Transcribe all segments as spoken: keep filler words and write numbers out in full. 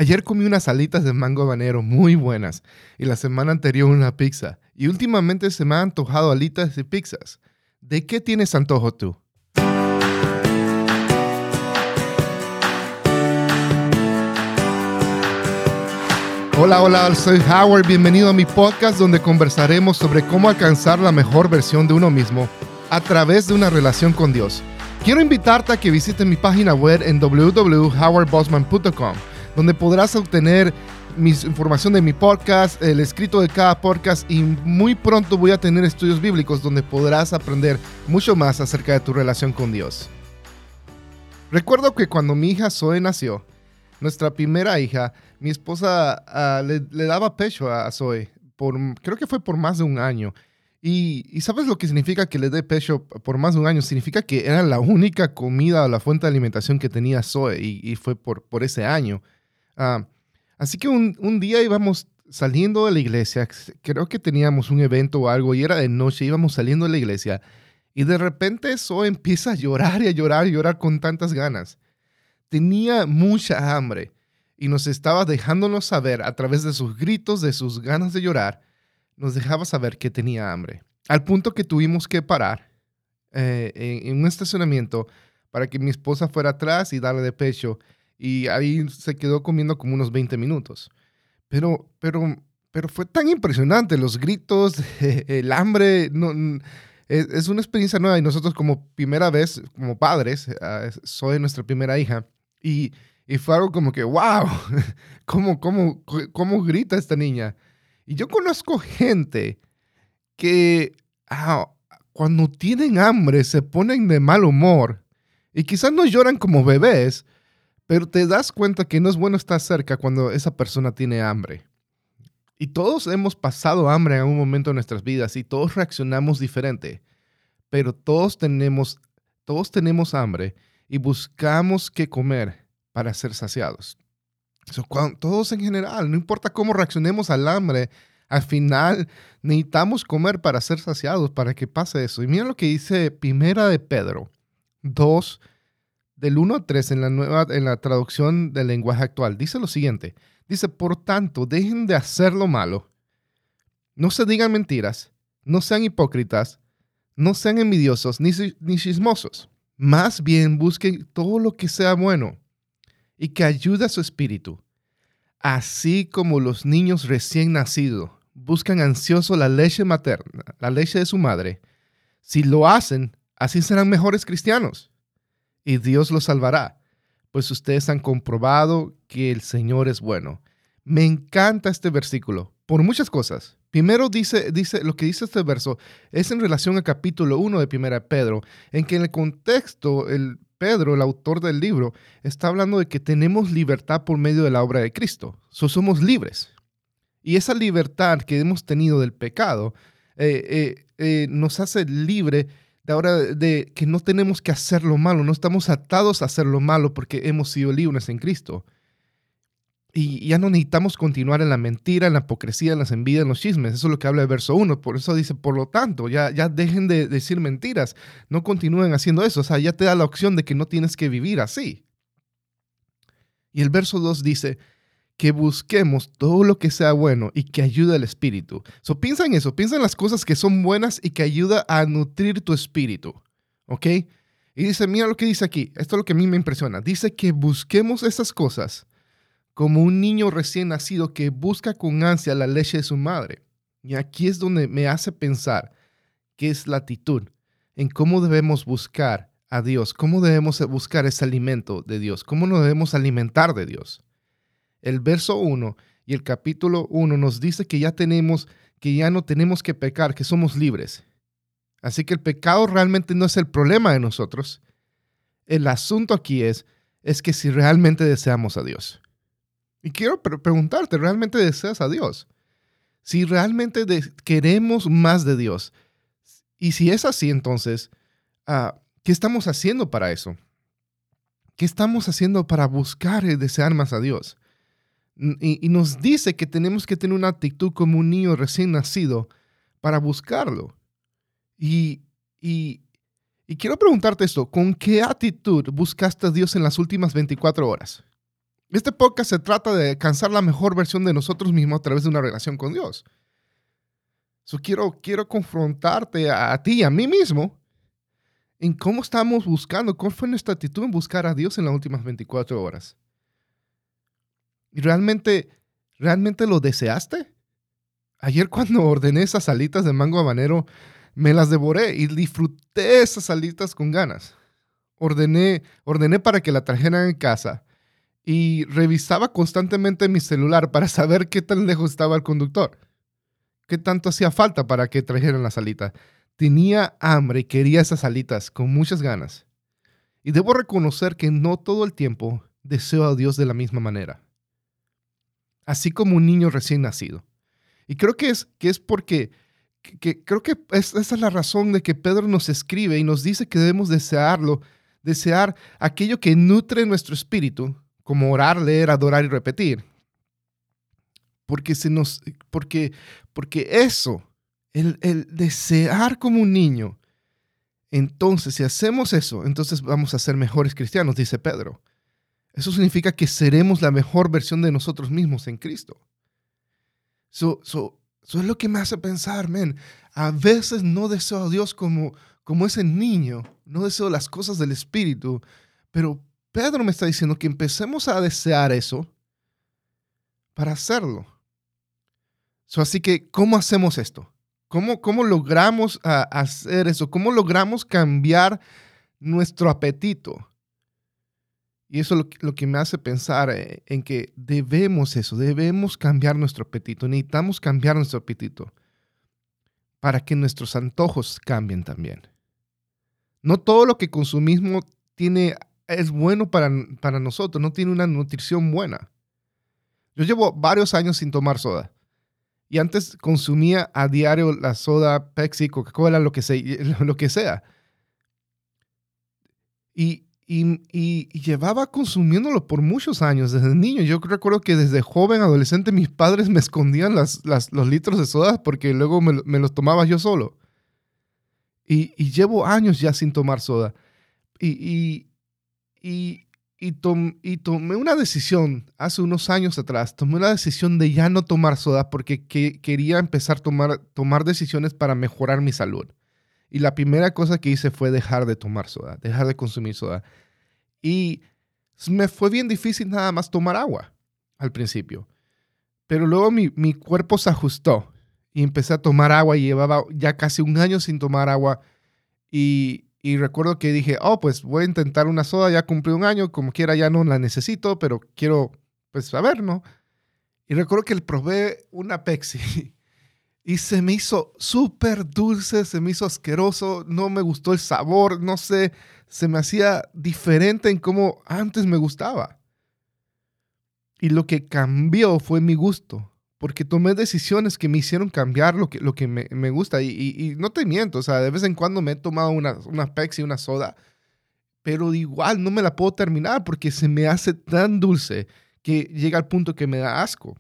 Ayer comí unas alitas de mango habanero muy buenas y la semana anterior una pizza. Y últimamente se me han antojado alitas y pizzas. ¿De qué tienes antojo tú? Hola, hola, soy Howard. Bienvenido a mi podcast donde conversaremos sobre cómo alcanzar la mejor versión de uno mismo a través de una relación con Dios. Quiero invitarte a que visites mi página web en w w w punto howard bosman punto com, donde podrás obtener mi información de mi podcast, el escrito de cada podcast, y muy pronto voy a tener estudios bíblicos donde podrás aprender mucho más acerca de tu relación con Dios. Recuerdo que cuando mi hija Zoe nació, nuestra primera hija, mi esposa uh, le, le daba pecho a Zoe, por, creo que fue por más de un año. Y, y ¿sabes lo que significa que le dé pecho por más de un año? Significa que era la única comida o la fuente de alimentación que tenía Zoe, y, y fue por, por ese año. Uh, así que un, un día íbamos saliendo de la iglesia, creo que teníamos un evento o algo, y era de noche, íbamos saliendo de la iglesia, y de repente Zoe empieza a llorar y a llorar y a llorar con tantas ganas. Tenía mucha hambre y nos estaba dejándonos saber a través de sus gritos, de sus ganas de llorar, nos dejaba saber que tenía hambre. Al punto que tuvimos que parar eh, en, en un estacionamiento para que mi esposa fuera atrás y darle de pecho. Y ahí se quedó comiendo como unos veinte minutos. Pero, pero, pero fue tan impresionante, los gritos, el hambre. No, es, es una experiencia nueva y nosotros como primera vez, como padres, uh, soy nuestra primera hija. Y, y fue algo como que, wow, ¿cómo, cómo, cómo grita esta niña? Y yo conozco gente que ah, cuando tienen hambre se ponen de mal humor. Y quizás no lloran como bebés, pero te das cuenta que no es bueno estar cerca cuando esa persona tiene hambre. Y todos hemos pasado hambre en algún momento de nuestras vidas y todos reaccionamos diferente. Pero todos tenemos, todos tenemos hambre y buscamos qué comer para ser saciados. So, cuando, todos en general, no importa cómo reaccionemos al hambre, al final necesitamos comer para ser saciados, para que pase eso. Y mira lo que dice Primera de Pedro dos, del uno a tres en la, nueva, en la traducción del lenguaje actual. Dice lo siguiente, dice, por tanto, dejen de hacer lo malo, no se digan mentiras, no sean hipócritas, no sean envidiosos ni, ni chismosos. Más bien busquen todo lo que sea bueno y que ayude a su espíritu. Así como los niños recién nacidos buscan ansioso la leche materna, la leche de su madre. Si lo hacen, así serán mejores cristianos. Y Dios los salvará, pues ustedes han comprobado que el Señor es bueno. Me encanta este versículo por muchas cosas. Primero dice, dice, lo que dice este verso es en relación al capítulo uno de Primera de Pedro, en que en el contexto, el Pedro, el autor del libro, está hablando de que tenemos libertad por medio de la obra de Cristo. So, somos libres. Y esa libertad que hemos tenido del pecado eh, eh, eh, nos hace libre de ahora de que no tenemos que hacer lo malo, no estamos atados a hacer lo malo porque hemos sido libres en Cristo. Y ya no necesitamos continuar en la mentira, en la hipocresía, en las envidias, en los chismes. Eso es lo que habla el verso uno. Por eso dice, por lo tanto, ya, ya dejen de decir mentiras. No continúen haciendo eso. O sea, ya te da la opción de que no tienes que vivir así. Y el verso dos dice que busquemos todo lo que sea bueno y que ayude al espíritu. So, piensa en eso. Piensa en las cosas que son buenas y que ayuda a nutrir tu espíritu. ¿Ok? Y dice, mira lo que dice aquí. Esto es lo que a mí me impresiona. Dice que busquemos esas cosas como un niño recién nacido que busca con ansia la leche de su madre. Y aquí es donde me hace pensar que es la actitud, en cómo debemos buscar a Dios, cómo debemos buscar ese alimento de Dios, cómo nos debemos alimentar de Dios. El verso uno y el capítulo uno nos dice que ya tenemos, que ya no tenemos que pecar, que somos libres. Así que el pecado realmente no es el problema de nosotros. El asunto aquí es, es que si realmente deseamos a Dios. Y quiero pre- preguntarte, ¿realmente deseas a Dios? Si realmente de- queremos más de Dios. Y si es así, entonces, uh, ¿qué estamos haciendo para eso? ¿Qué estamos haciendo para buscar y desear más a Dios? Y, y nos dice que tenemos que tener una actitud como un niño recién nacido para buscarlo. Y, y, y quiero preguntarte esto, ¿con qué actitud buscaste a Dios en las últimas veinticuatro horas? Este podcast se trata de alcanzar la mejor versión de nosotros mismos a través de una relación con Dios. So, quiero, quiero confrontarte a, a ti y a mí mismo en cómo estamos buscando, cuál fue nuestra actitud en buscar a Dios en las últimas veinticuatro horas. ¿Y realmente, realmente lo deseaste? Ayer cuando ordené esas alitas de mango habanero, me las devoré y disfruté esas alitas con ganas. Ordené, ordené para que la trajeran en casa y revisaba constantemente mi celular para saber qué tan lejos estaba el conductor, qué tanto hacía falta para que trajeran las alitas. Tenía hambre y quería esas alitas con muchas ganas. Y debo reconocer que no todo el tiempo deseo a Dios de la misma manera. Así como un niño recién nacido. Y creo que es, que es porque, que, que creo que es, esa es la razón de que Pedro nos escribe y nos dice que debemos desearlo, desear aquello que nutre nuestro espíritu, como orar, leer, adorar y repetir. Porque, se nos, porque, porque eso, el, el desear como un niño, entonces si hacemos eso, entonces vamos a ser mejores cristianos, dice Pedro. Eso significa que seremos la mejor versión de nosotros mismos en Cristo. Eso so, so es lo que me hace pensar, man. A veces no deseo a Dios como, como ese niño, no deseo las cosas del Espíritu, pero Pedro me está diciendo que empecemos a desear eso para hacerlo. So, así que, ¿cómo hacemos esto? ¿Cómo, cómo logramos uh, hacer eso? ¿Cómo logramos cambiar nuestro apetito? Y eso es lo que, lo que me hace pensar eh, en que debemos eso, debemos cambiar nuestro apetito. Necesitamos cambiar nuestro apetito para que nuestros antojos cambien también. No todo lo que consumimos tiene, es bueno para, para nosotros, no tiene una nutrición buena. Yo llevo varios años sin tomar soda. Y antes consumía a diario la soda, Pepsi, Coca-Cola, lo que sea. Lo que sea. Y, y, y, y llevaba consumiéndolo por muchos años, desde niño. Yo recuerdo que desde joven, adolescente, mis padres me escondían las, las, los litros de soda porque luego me, me los tomaba yo solo. Y, y llevo años ya sin tomar soda. Y, y, y, y, tom, y tomé una decisión hace unos años atrás. Tomé una decisión de ya no tomar soda porque que, quería empezar a tomar, tomar decisiones para mejorar mi salud. Y la primera cosa que hice fue dejar de tomar soda, dejar de consumir soda. Y me fue bien difícil nada más tomar agua al principio. Pero luego mi, mi cuerpo se ajustó y empecé a tomar agua y llevaba ya casi un año sin tomar agua. Y, y recuerdo que dije, oh, pues voy a intentar una soda, ya cumplí un año, como quiera ya no la necesito, pero quiero, pues, saber, ¿no? Y recuerdo que probé una Pepsi. Y se me hizo súper dulce, se me hizo asqueroso, no me gustó el sabor, no sé, se me hacía diferente en cómo antes me gustaba. Y lo que cambió fue mi gusto, porque tomé decisiones que me hicieron cambiar lo que, lo que me, me gusta. Y, y, y no te miento, o sea, de vez en cuando me he tomado una, una Pepsi, una soda, pero igual no me la puedo terminar porque se me hace tan dulce que llega al punto que me da asco.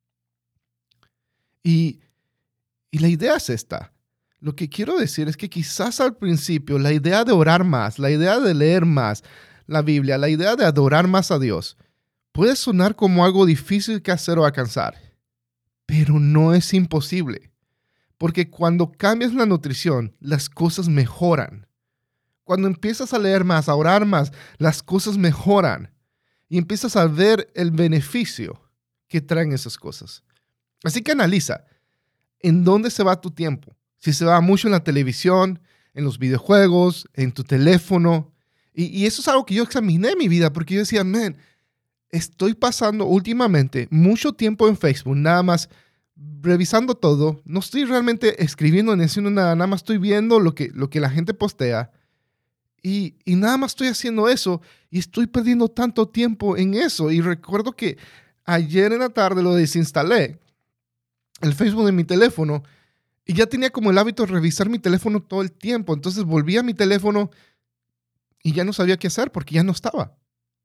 Y... Y la idea es esta. Lo que quiero decir es que quizás al principio la idea de orar más, la idea de leer más la Biblia, la idea de adorar más a Dios, puede sonar como algo difícil que hacer o alcanzar. Pero no es imposible. Porque cuando cambias la nutrición, las cosas mejoran. Cuando empiezas a leer más, a orar más, las cosas mejoran. Y empiezas a ver el beneficio que traen esas cosas. Así que analiza. ¿En dónde se va tu tiempo? Si se va mucho en la televisión, en los videojuegos, en tu teléfono. Y, y eso es algo que yo examiné en mi vida porque yo decía, man, estoy pasando últimamente mucho tiempo en Facebook, nada más revisando todo. No estoy realmente escribiendo ni haciendo nada, nada más estoy viendo lo que, lo que la gente postea. Y, y nada más estoy haciendo eso y estoy perdiendo tanto tiempo en eso. Y recuerdo que ayer en la tarde lo desinstalé, el Facebook de mi teléfono, y ya tenía como el hábito de revisar mi teléfono todo el tiempo. Entonces volví a mi teléfono y ya no sabía qué hacer porque ya no estaba.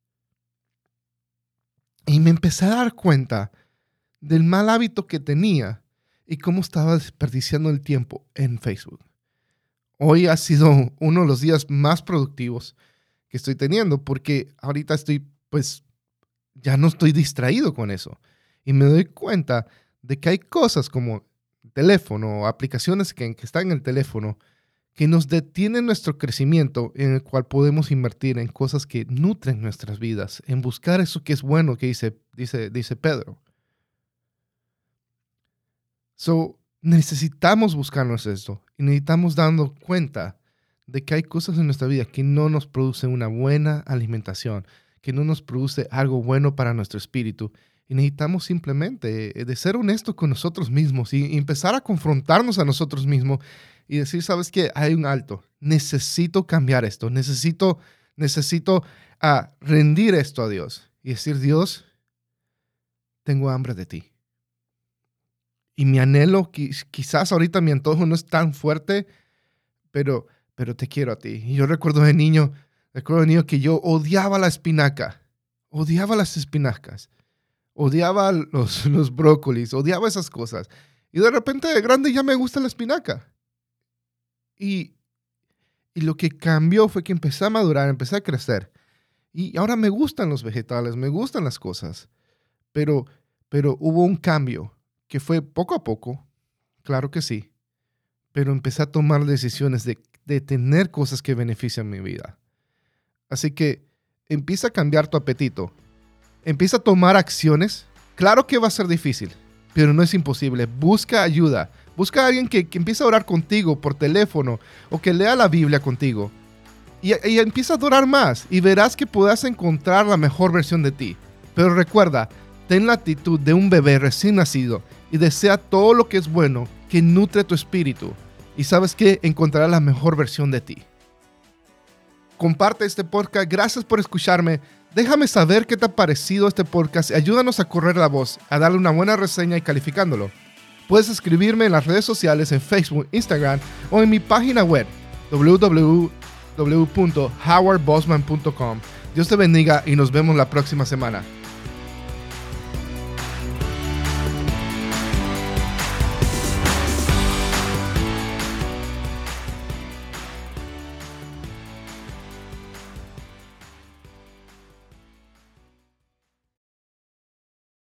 Y me empecé a dar cuenta del mal hábito que tenía y cómo estaba desperdiciando el tiempo en Facebook. Hoy ha sido uno de los días más productivos que estoy teniendo porque ahorita estoy pues ya no estoy distraído con eso. Y me doy cuenta de que hay cosas como el teléfono, aplicaciones que, que están en el teléfono, que nos detienen nuestro crecimiento, en el cual podemos invertir en cosas que nutren nuestras vidas, en buscar eso que es bueno, que dice, dice, dice Pedro. So, necesitamos buscarnos esto y necesitamos darnos cuenta de que hay cosas en nuestra vida que no nos producen una buena alimentación, que no nos produce algo bueno para nuestro espíritu. Y necesitamos simplemente de ser honestos con nosotros mismos y empezar a confrontarnos a nosotros mismos y decir, ¿sabes qué? Hay un alto. Necesito cambiar esto. Necesito, necesito uh, rendir esto a Dios. Y decir, Dios, tengo hambre de ti. Y mi anhelo, quizás ahorita mi antojo no es tan fuerte, pero, pero te quiero a ti. Y yo recuerdo de niño, recuerdo de niño que yo odiaba la espinaca. Odiaba las espinacas. Odiaba los, los brócolis. Odiaba esas cosas. Y de repente de grande ya me gusta la espinaca. Y, y lo que cambió fue que empecé a madurar, empecé a crecer. Y ahora me gustan los vegetales, me gustan las cosas. Pero, pero hubo un cambio que fue poco a poco, claro que sí. Pero empecé a tomar decisiones de, de tener cosas que benefician mi vida. Así que empieza a cambiar tu apetito. Empieza a tomar acciones. Claro que va a ser difícil, pero no es imposible. Busca ayuda. Busca a alguien que, que empiece a orar contigo por teléfono o que lea la Biblia contigo. Y, y empieza a adorar más y verás que podrás encontrar la mejor versión de ti. Pero recuerda, ten la actitud de un bebé recién nacido y desea todo lo que es bueno, que nutre tu espíritu. Y sabes que encontrarás la mejor versión de ti. Comparte este podcast. Gracias por escucharme. Déjame saber qué te ha parecido este podcast. Ayúdanos a correr la voz, a darle una buena reseña y calificándolo. Puedes escribirme en las redes sociales, en Facebook, Instagram o en mi página web w w w punto howard bosman punto com. Dios te bendiga y nos vemos la próxima semana.